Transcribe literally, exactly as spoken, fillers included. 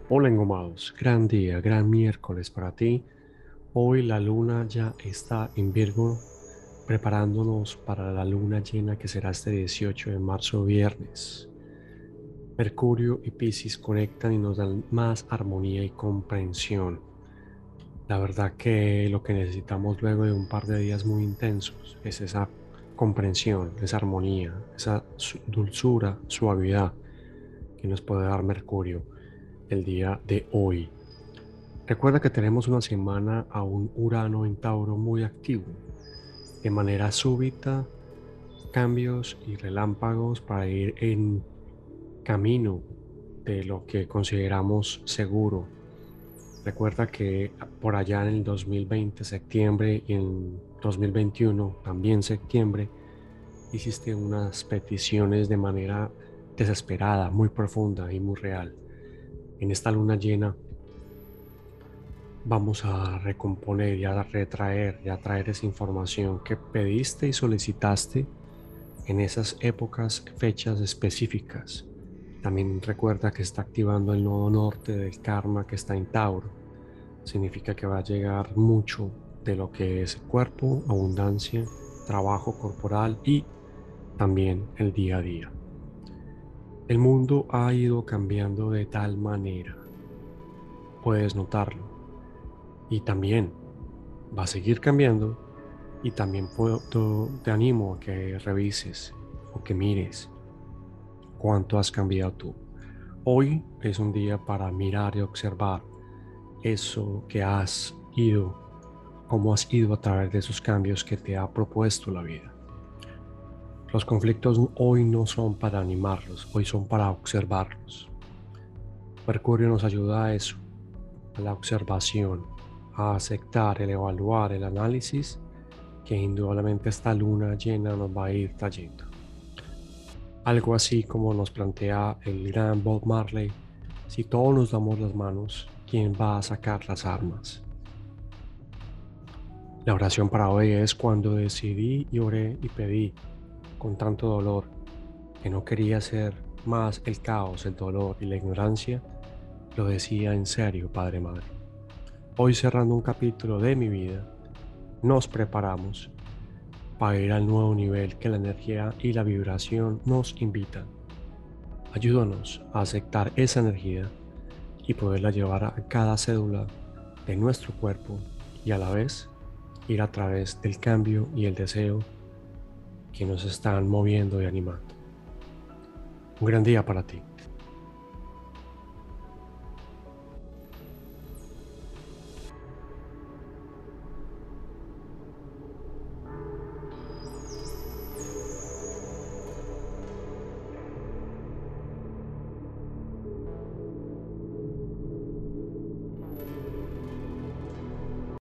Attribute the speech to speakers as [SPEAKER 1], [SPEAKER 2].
[SPEAKER 1] Hola engomados, gran día, gran miércoles para ti. Hoy la luna ya está en Virgo, preparándonos para la luna llena que será este dieciocho de marzo, viernes. Mercurio y Piscis conectan y nos dan más armonía y comprensión. La verdad que lo que necesitamos luego de un par de días muy intensos es esa comprensión, esa armonía, esa su- dulzura, suavidad que nos puede dar Mercurio el día de hoy. Recuerda que tenemos una semana a un Urano en Tauro muy activo. De manera súbita, cambios y relámpagos para ir en camino de lo que consideramos seguro. Recuerda que por allá en el dos mil veinte, septiembre, y en dos mil veintiuno, también septiembre, hiciste unas peticiones de manera desesperada, muy profunda y muy real. En esta luna llena vamos a recomponer y a retraer y a traer esa información que pediste y solicitaste en esas épocas, fechas específicas. También recuerda que está activando el nodo norte del karma que está en Tauro. Significa que va a llegar mucho de lo que es cuerpo, abundancia, trabajo corporal y también el día a día. El mundo ha ido cambiando de tal manera, puedes notarlo, y también va a seguir cambiando. Y también puedo, to- te animo a que revises o que mires cuánto has cambiado tú. Hoy es un día para mirar y observar eso que has ido, cómo has ido a través de esos cambios que te ha propuesto la vida. Los conflictos hoy no son para animarlos, hoy son para observarlos. Mercurio nos ayuda a eso, a la observación, a aceptar, el evaluar, el análisis que indudablemente esta luna llena nos va a ir trayendo. Algo así como nos plantea el gran Bob Marley, si todos nos damos las manos, ¿quién va a sacar las armas? La oración para hoy es cuando decidí y oré y pedí con tanto dolor que no quería ser más el caos, el dolor y la ignorancia, lo decía en serio, Padre Madre. Hoy cerrando un capítulo de mi vida, nos preparamos para ir al nuevo nivel que la energía y la vibración nos invitan. Ayúdanos a aceptar esa energía y poderla llevar a cada célula de nuestro cuerpo y a la vez ir a través del cambio y el deseo que nos están moviendo y animando. Un gran día para ti.